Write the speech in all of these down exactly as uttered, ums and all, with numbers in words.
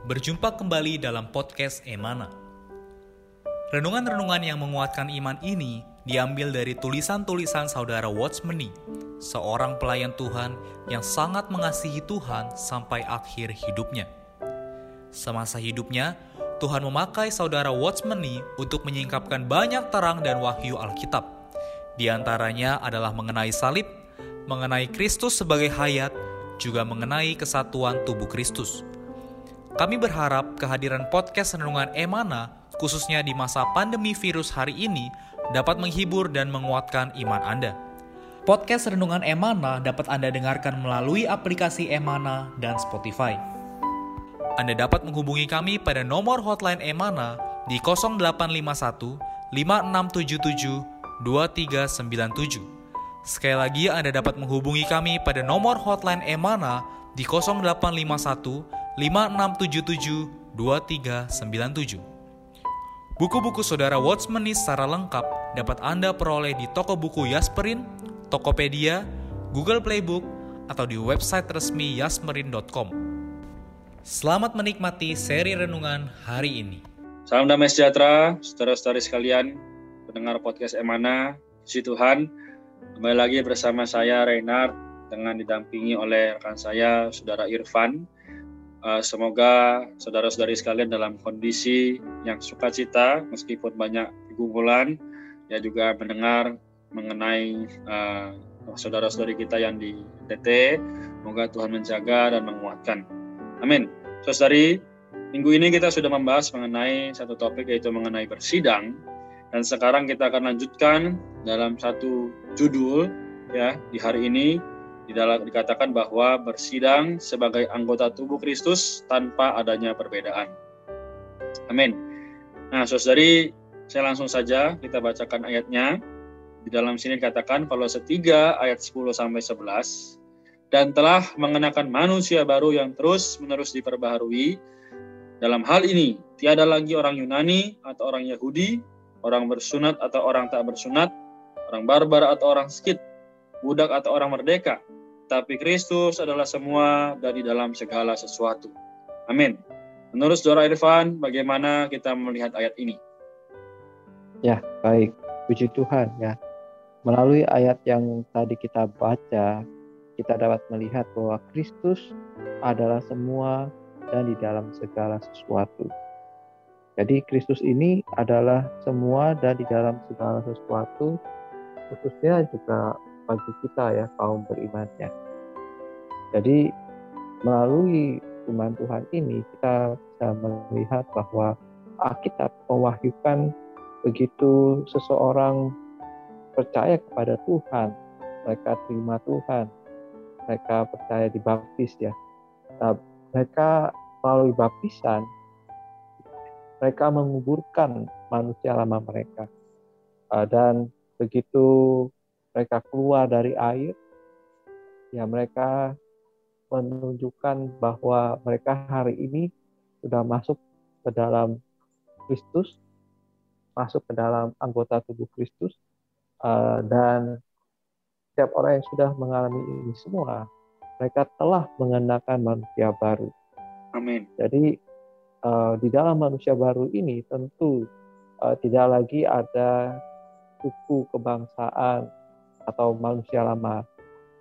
Berjumpa kembali dalam podcast Emana. Renungan-renungan yang menguatkan iman ini diambil dari tulisan-tulisan saudara Watchmeni, seorang pelayan Tuhan yang sangat mengasihi Tuhan sampai akhir hidupnya. Semasa hidupnya, Tuhan memakai saudara Watchmeni untuk menyingkapkan banyak terang dan wahyu Alkitab. Di antaranya adalah mengenai salib, mengenai Kristus sebagai hayat, juga mengenai kesatuan tubuh Kristus. Kami berharap kehadiran podcast Renungan Emana, khususnya di masa pandemi virus hari ini, dapat menghibur dan menguatkan iman Anda. Podcast Renungan Emana dapat Anda dengarkan melalui aplikasi Emana dan Spotify. Anda dapat menghubungi kami pada nomor hotline Emana di nol delapan lima satu lima enam tujuh tujuh dua tiga sembilan tujuh. Sekali lagi Anda dapat menghubungi kami pada nomor hotline Emana di nol delapan lima satu lima enam tujuh tujuh dua tiga sembilan tujuh. Buku-buku saudara Watchmeni secara lengkap dapat Anda peroleh di toko buku Yasmerin, Tokopedia, Google Playbook, atau di website resmi yasmerin dot com. Selamat menikmati seri renungan hari ini. Salam damai sejahtera, saudara-saudari sekalian, pendengar podcast Emana, puji Tuhan. Kembali lagi bersama saya Reinhard dengan didampingi oleh rekan saya, saudara Irfan. Uh, semoga saudara-saudari sekalian dalam kondisi yang sukacita meskipun banyak pergumulan, ya juga mendengar mengenai uh, saudara-saudari kita yang di T T. Semoga Tuhan menjaga dan menguatkan. Amin. Saudari, minggu ini kita sudah membahas mengenai satu topik, yaitu mengenai bersidang, dan sekarang kita akan lanjutkan dalam satu judul ya di hari ini. Di dalam dikatakan bahwa bersidang sebagai anggota tubuh Kristus tanpa adanya perbedaan. Amin. Nah, saudari, saya langsung saja kita bacakan ayatnya. Di dalam sini dikatakan Kolose tiga ayat sepuluh sampai sebelas, dan telah mengenakan manusia baru yang terus-menerus diperbaharui. Dalam hal ini, tiada lagi orang Yunani atau orang Yahudi, orang bersunat atau orang tak bersunat, orang barbar atau orang skit, budak atau orang merdeka, tapi Kristus adalah semua dari dalam segala sesuatu. Amin. Menurut saudara Irfan, bagaimana kita melihat ayat ini? Ya, baik. Puji Tuhan ya. Melalui ayat yang tadi kita baca, kita dapat melihat bahwa Kristus adalah semua dan di dalam segala sesuatu. Jadi Kristus ini adalah semua dan di dalam segala sesuatu, khususnya juga bagi kita ya, kaum berimannya. Jadi melalui firman Tuhan ini kita bisa melihat bahwa Alkitab mewahyukan begitu seseorang percaya kepada Tuhan, mereka terima Tuhan, mereka percaya dibaptis ya. Nah, mereka melalui baptisan mereka menguburkan manusia lama mereka, dan begitu mereka keluar dari air, ya mereka menunjukkan bahwa mereka hari ini sudah masuk ke dalam Kristus, masuk ke dalam anggota tubuh Kristus, uh, dan setiap orang yang sudah mengalami ini semua, mereka telah mengenakan manusia baru. Amin. Jadi uh, di dalam manusia baru ini tentu uh, tidak lagi ada suku, kebangsaan, atau manusia lama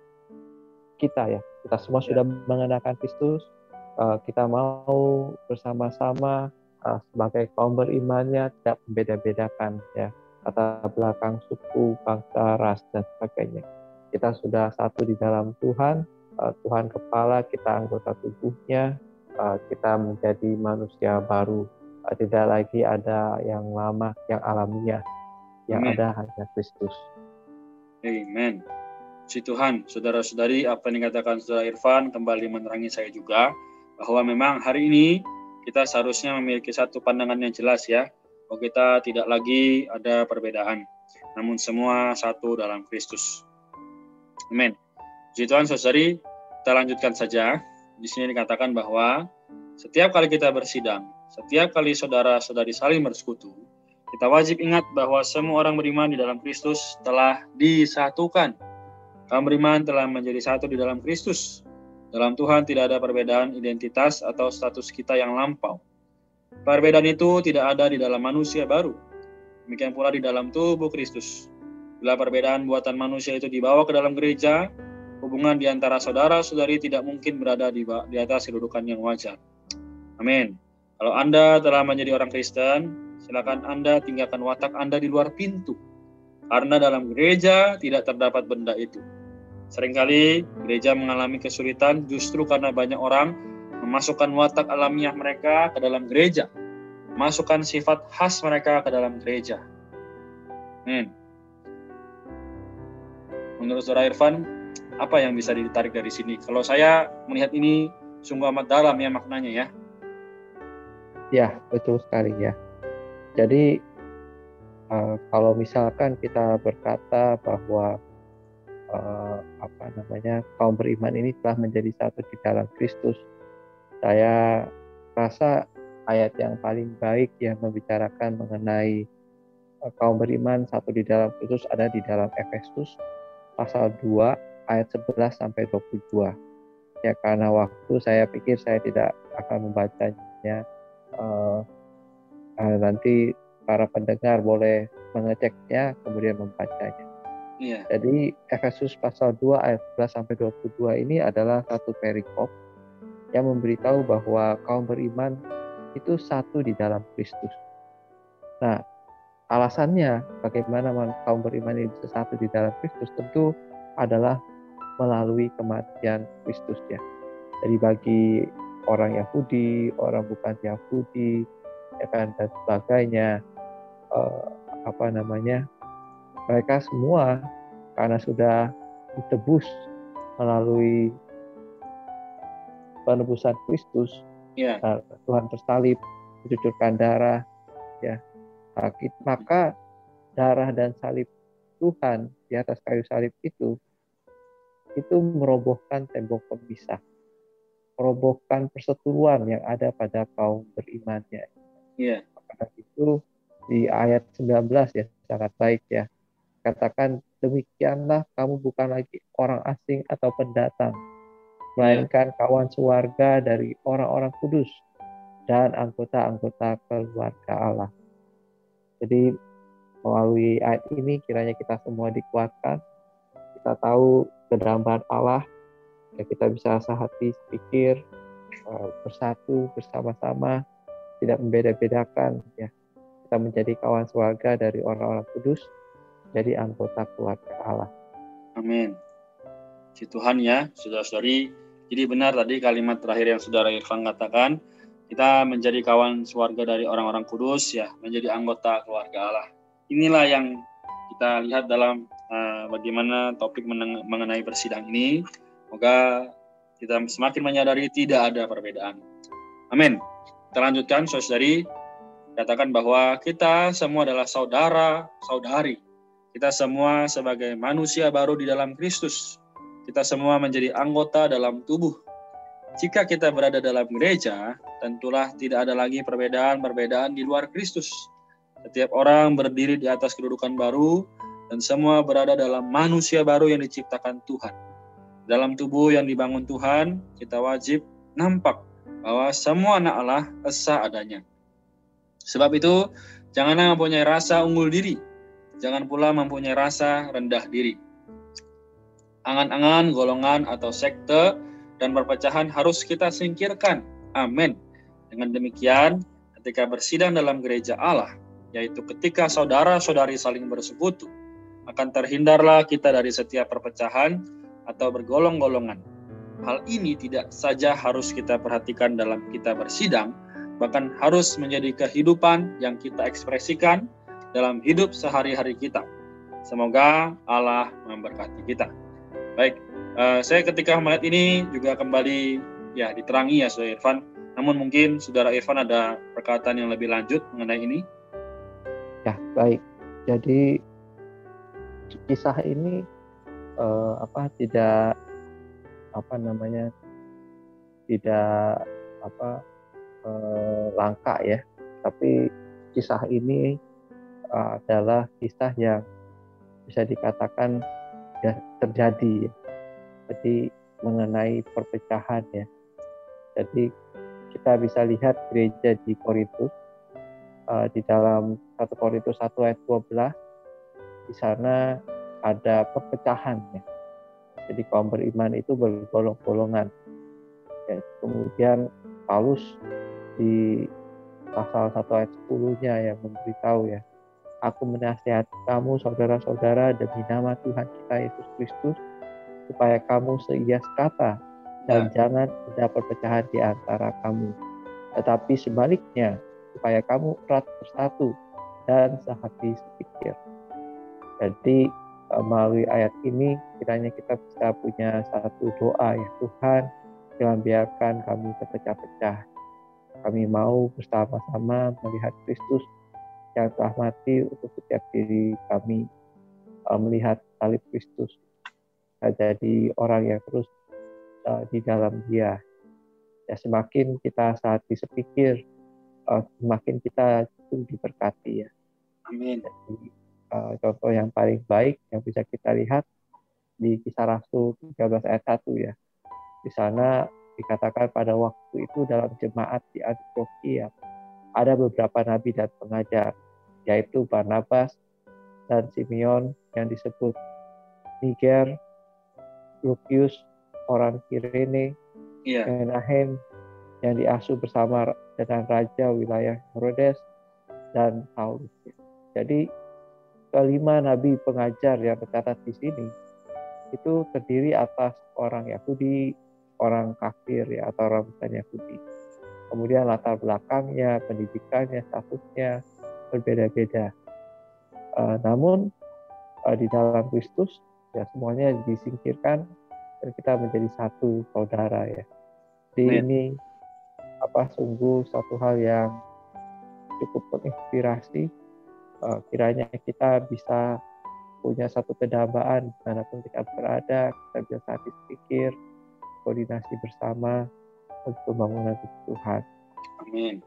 kita ya. Kita semua ya. Sudah mengenakan Kristus. Uh, kita mau bersama-sama uh, sebagai kaum berimannya tidak membeda-bedakan ya, latar belakang suku, bangsa, ras dan sebagainya. Kita sudah satu di dalam Tuhan. Uh, Tuhan kepala, kita anggota tubuhnya. Uh, kita menjadi manusia baru. Uh, tidak lagi ada yang lama, yang alamiah. Yang Amen. Ada hanya Kristus. Amen. Puji Tuhan, saudara-saudari, apa yang dikatakan saudara Irfan kembali menerangi saya juga, bahwa memang hari ini kita seharusnya memiliki satu pandangan yang jelas ya, bahwa kita tidak lagi ada perbedaan, namun semua satu dalam Kristus. Amin. Puji Tuhan, saudari, kita lanjutkan saja. Di sini dikatakan bahwa setiap kali kita bersidang, setiap kali saudara-saudari saling bersekutu, kita wajib ingat bahwa semua orang beriman di dalam Kristus telah disatukan. Kaum beriman telah menjadi satu di dalam Kristus. Dalam Tuhan tidak ada perbedaan identitas atau status kita yang lampau. Perbedaan itu tidak ada di dalam manusia baru. Demikian pula di dalam tubuh Kristus. Bila perbedaan buatan manusia itu dibawa ke dalam gereja, hubungan di antara saudara-saudari tidak mungkin berada di, di atas kedudukan yang wajar. Amin. Kalau Anda telah menjadi orang Kristen, silakan Anda tinggalkan watak Anda di luar pintu. Karena dalam gereja tidak terdapat benda itu. Seringkali gereja mengalami kesulitan justru karena banyak orang memasukkan watak alamiah mereka ke dalam gereja. Masukkan sifat khas mereka ke dalam gereja. Amin. Menurut Saudara Irfan, apa yang bisa ditarik dari sini? Kalau saya melihat ini sungguh amat dalam ya maknanya ya. Ya, betul sekali ya. Jadi uh, kalau misalkan kita berkata bahwa uh, apa namanya kaum beriman ini telah menjadi satu di dalam Kristus, saya rasa ayat yang paling baik yang membicarakan mengenai uh, kaum beriman satu di dalam Kristus ada di dalam Efesus pasal dua ayat sebelas sampai dua puluh dua. Ya, karena waktu saya pikir saya tidak akan membacanya. Uh, uh, nanti para pendengar boleh mengeceknya kemudian membacanya. Iya. Jadi Efesus pasal dua ayat sebelas sampai dua puluh dua ini adalah satu perikop yang memberitahu bahwa kaum beriman itu satu di dalam Kristus. Nah, alasannya bagaimana kaum beriman ini bisa satu di dalam Kristus tentu adalah melalui kematian Kristus ya. Jadi bagi orang Yahudi, orang bukan Yahudi, ya kan, dan sebagainya, eh, apa namanya, mereka semua karena sudah ditebus melalui penebusan Kristus, yeah. nah, Tuhan tersalib, dicucurkan darah, ya, maka darah dan salib Tuhan di atas kayu salib itu, itu merobohkan tembok pemisah. Merobohkan perseteruan yang ada pada kaum berimannya. Iya. Maka itu di ayat sembilan belas ya sangat baik ya. Katakan demikianlah kamu bukan lagi orang asing atau pendatang, melainkan yeah. kawan sewarga dari orang-orang kudus dan anggota-anggota keluarga Allah. Jadi melalui ayat ini kiranya kita semua dikuatkan. Kita tahu kedambaan Allah. Ya, kita bisa sehati sepikir, uh, bersatu bersama-sama, tidak membeda-bedakan ya. Kita menjadi kawan sewarga dari orang-orang kudus, jadi anggota keluarga Allah. Amin. Puji Tuhan ya, saudara-saudari. Jadi benar tadi kalimat terakhir yang Saudara Irfan katakan, kita menjadi kawan sewarga dari orang-orang kudus ya, menjadi anggota keluarga Allah. Inilah yang kita lihat dalam uh, bagaimana topik meneng- mengenai persidang ini. Semoga kita semakin menyadari tidak ada perbedaan. Amin. Kita lanjutkan, saudari. Katakan bahwa kita semua adalah saudara, saudari. Kita semua sebagai manusia baru di dalam Kristus. Kita semua menjadi anggota dalam tubuh. Jika kita berada dalam gereja, tentulah tidak ada lagi perbedaan-perbedaan di luar Kristus. Setiap orang berdiri di atas kedudukan baru, dan semua berada dalam manusia baru yang diciptakan Tuhan. Dalam tubuh yang dibangun Tuhan, kita wajib nampak bahwa semua anak Allah esa adanya. Sebab itu, janganlah mempunyai rasa unggul diri, jangan pula mempunyai rasa rendah diri. Angan-angan, golongan atau sekte dan perpecahan harus kita singkirkan. Amin. Dengan demikian, ketika bersidang dalam gereja Allah, yaitu ketika saudara-saudari saling bersekutu, akan terhindarlah kita dari setiap perpecahan atau bergolong-golongan. Hal ini tidak saja harus kita perhatikan dalam kita bersidang, bahkan harus menjadi kehidupan yang kita ekspresikan dalam hidup sehari-hari kita. Semoga Allah memberkati kita. Baik, uh, saya ketika melihat ini juga kembali ya diterangi ya Saudara Irfan. Namun mungkin Saudara Irfan ada perkataan yang lebih lanjut mengenai ini. Ya, baik. Jadi kisah ini Uh, apa tidak apa namanya tidak apa uh, langka ya, tapi kisah ini uh, adalah kisah yang bisa dikatakan ya terjadi. Jadi mengenai perpecahan ya. Jadi kita bisa lihat gereja di Korintus uh, di dalam satu Korintus satu ayat dua belas, di sana ada perpecahan ya. Jadi kaum beriman itu bergolong-golongan. Ya, kemudian Paulus di pasal satu ayat sepuluh-nya yang memberitahu ya, aku menasihati kamu saudara-saudara demi nama Tuhan kita Yesus Kristus, supaya kamu seias kata dan ya. Jangan ada perpecahan di antara kamu. Tetapi sebaliknya, supaya kamu erat bersatu dan sehati sepikir. Jadi melalui ayat ini kiranya kita bisa punya satu doa ya, Tuhan jangan biarkan kami terpecah-pecah. Kami mau bersama-sama melihat Kristus yang telah mati untuk setiap diri kami, melihat salib Kristus. Jadi orang yang terus uh, di dalam Dia. Ya, semakin kita sehati sepikir, uh, semakin kita itu diberkati ya. Amin. Jadi, uh, contoh yang paling baik yang bisa kita lihat di Kisah Rasul tiga belas ayat satu ya. Di sana dikatakan pada waktu itu dalam jemaat di Antiokhia ada beberapa nabi dan pengajar, yaitu Barnabas dan Simeon yang disebut Niger, Lukius orang Kirene, yeah. Menahem yang diasuh bersama dengan raja wilayah Herodes dan Saulus. Jadi kelima nabi pengajar yang tercatat di sini itu terdiri atas orang Yahudi, orang kafir ya atau orang bukan Yahudi. Kemudian latar belakangnya, pendidikannya, statusnya berbeda-beda. Uh, namun uh, di dalam Kristus ya semuanya disingkirkan dan kita menjadi satu saudara ya. Jadi ini apa sungguh satu hal yang cukup menginspirasi. Uh, kiranya kita bisa punya satu kedambaan dimanapun kita berada, kita bisa hati pikir, koordinasi bersama untuk pembangunan Tuhan. Amin.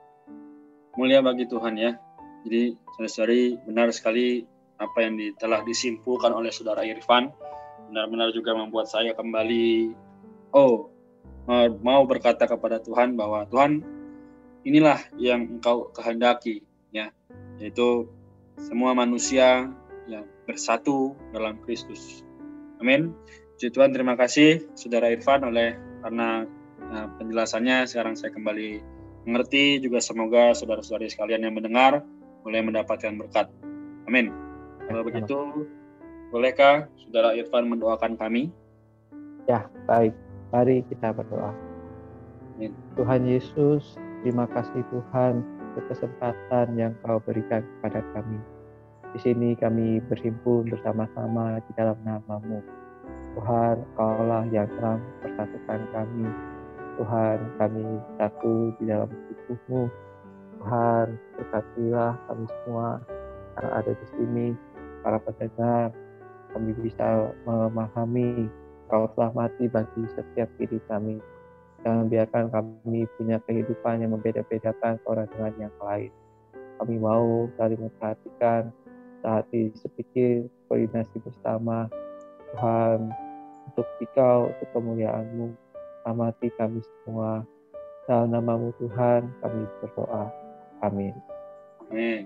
Mulia bagi Tuhan ya. Jadi saudara-saudari benar sekali apa yang di, telah disimpulkan oleh saudara Irfan, benar-benar juga membuat saya kembali oh mau berkata kepada Tuhan bahwa Tuhan inilah yang Engkau kehendaki ya, yaitu semua manusia yang bersatu dalam Kristus. Amin. Puji Tuhan, terima kasih saudara Irfan oleh karena nah, penjelasannya sekarang saya kembali mengerti, juga semoga saudara-saudari sekalian yang mendengar boleh mendapatkan berkat. Amin. Kalau begitu, bolehkah saudara Irfan mendoakan kami? Ya, baik. Mari kita berdoa. Amin. Tuhan Yesus, terima kasih Tuhan untuk kesempatan yang Kau berikan kepada kami. Di sini kami berhimpun bersama-sama di dalam nama-Mu. Tuhan, Kaulah yang telah mempersatukan kami. Tuhan, kami satu di dalam tubuh-Mu. Tuhan, berkatilah kami semua yang ada di sini, para pendengar, kami bisa memahami Kau telah mati bagi setiap diri kami. Jangan biarkan kami punya kehidupan yang membeda-bedakan seorang dengan yang lain. Kami mau saling memperhatikan, sehati sepikir, koordinasi bersama. Tuhan, untuk Dikau, untuk kemuliaan-Mu, amati kami semua. Dalam nama-Mu Tuhan, kami berdoa. Amin. Amin.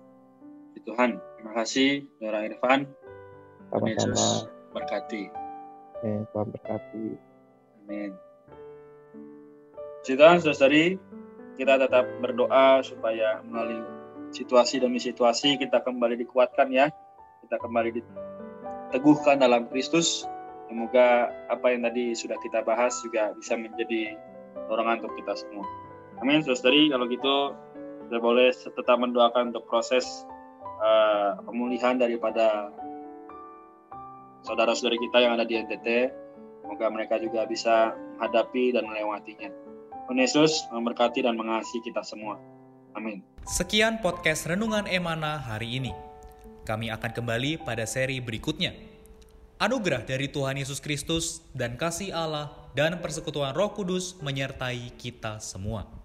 Tuhan, terima kasih saudara Irfan. Tuhan Yesus berkati. Amin. Tuhan berkati. Amin. Tuhan, saudari, kita tetap berdoa supaya melalui situasi demi situasi kita kembali dikuatkan ya. Kita kembali diteguhkan dalam Kristus. Semoga apa yang tadi sudah kita bahas juga bisa menjadi dorongan untuk kita semua. Amin, saudari. Kalau gitu, kita boleh tetap mendoakan untuk proses uh, pemulihan daripada saudara-saudari kita yang ada di N T T. Semoga mereka juga bisa menghadapi dan melewatinya. Tuhan Yesus memberkati dan mengasihi kita semua. Amin. Sekian podcast Renungan Emana hari ini. Kami akan kembali pada seri berikutnya. Anugerah dari Tuhan Yesus Kristus dan kasih Allah dan persekutuan Roh Kudus menyertai kita semua.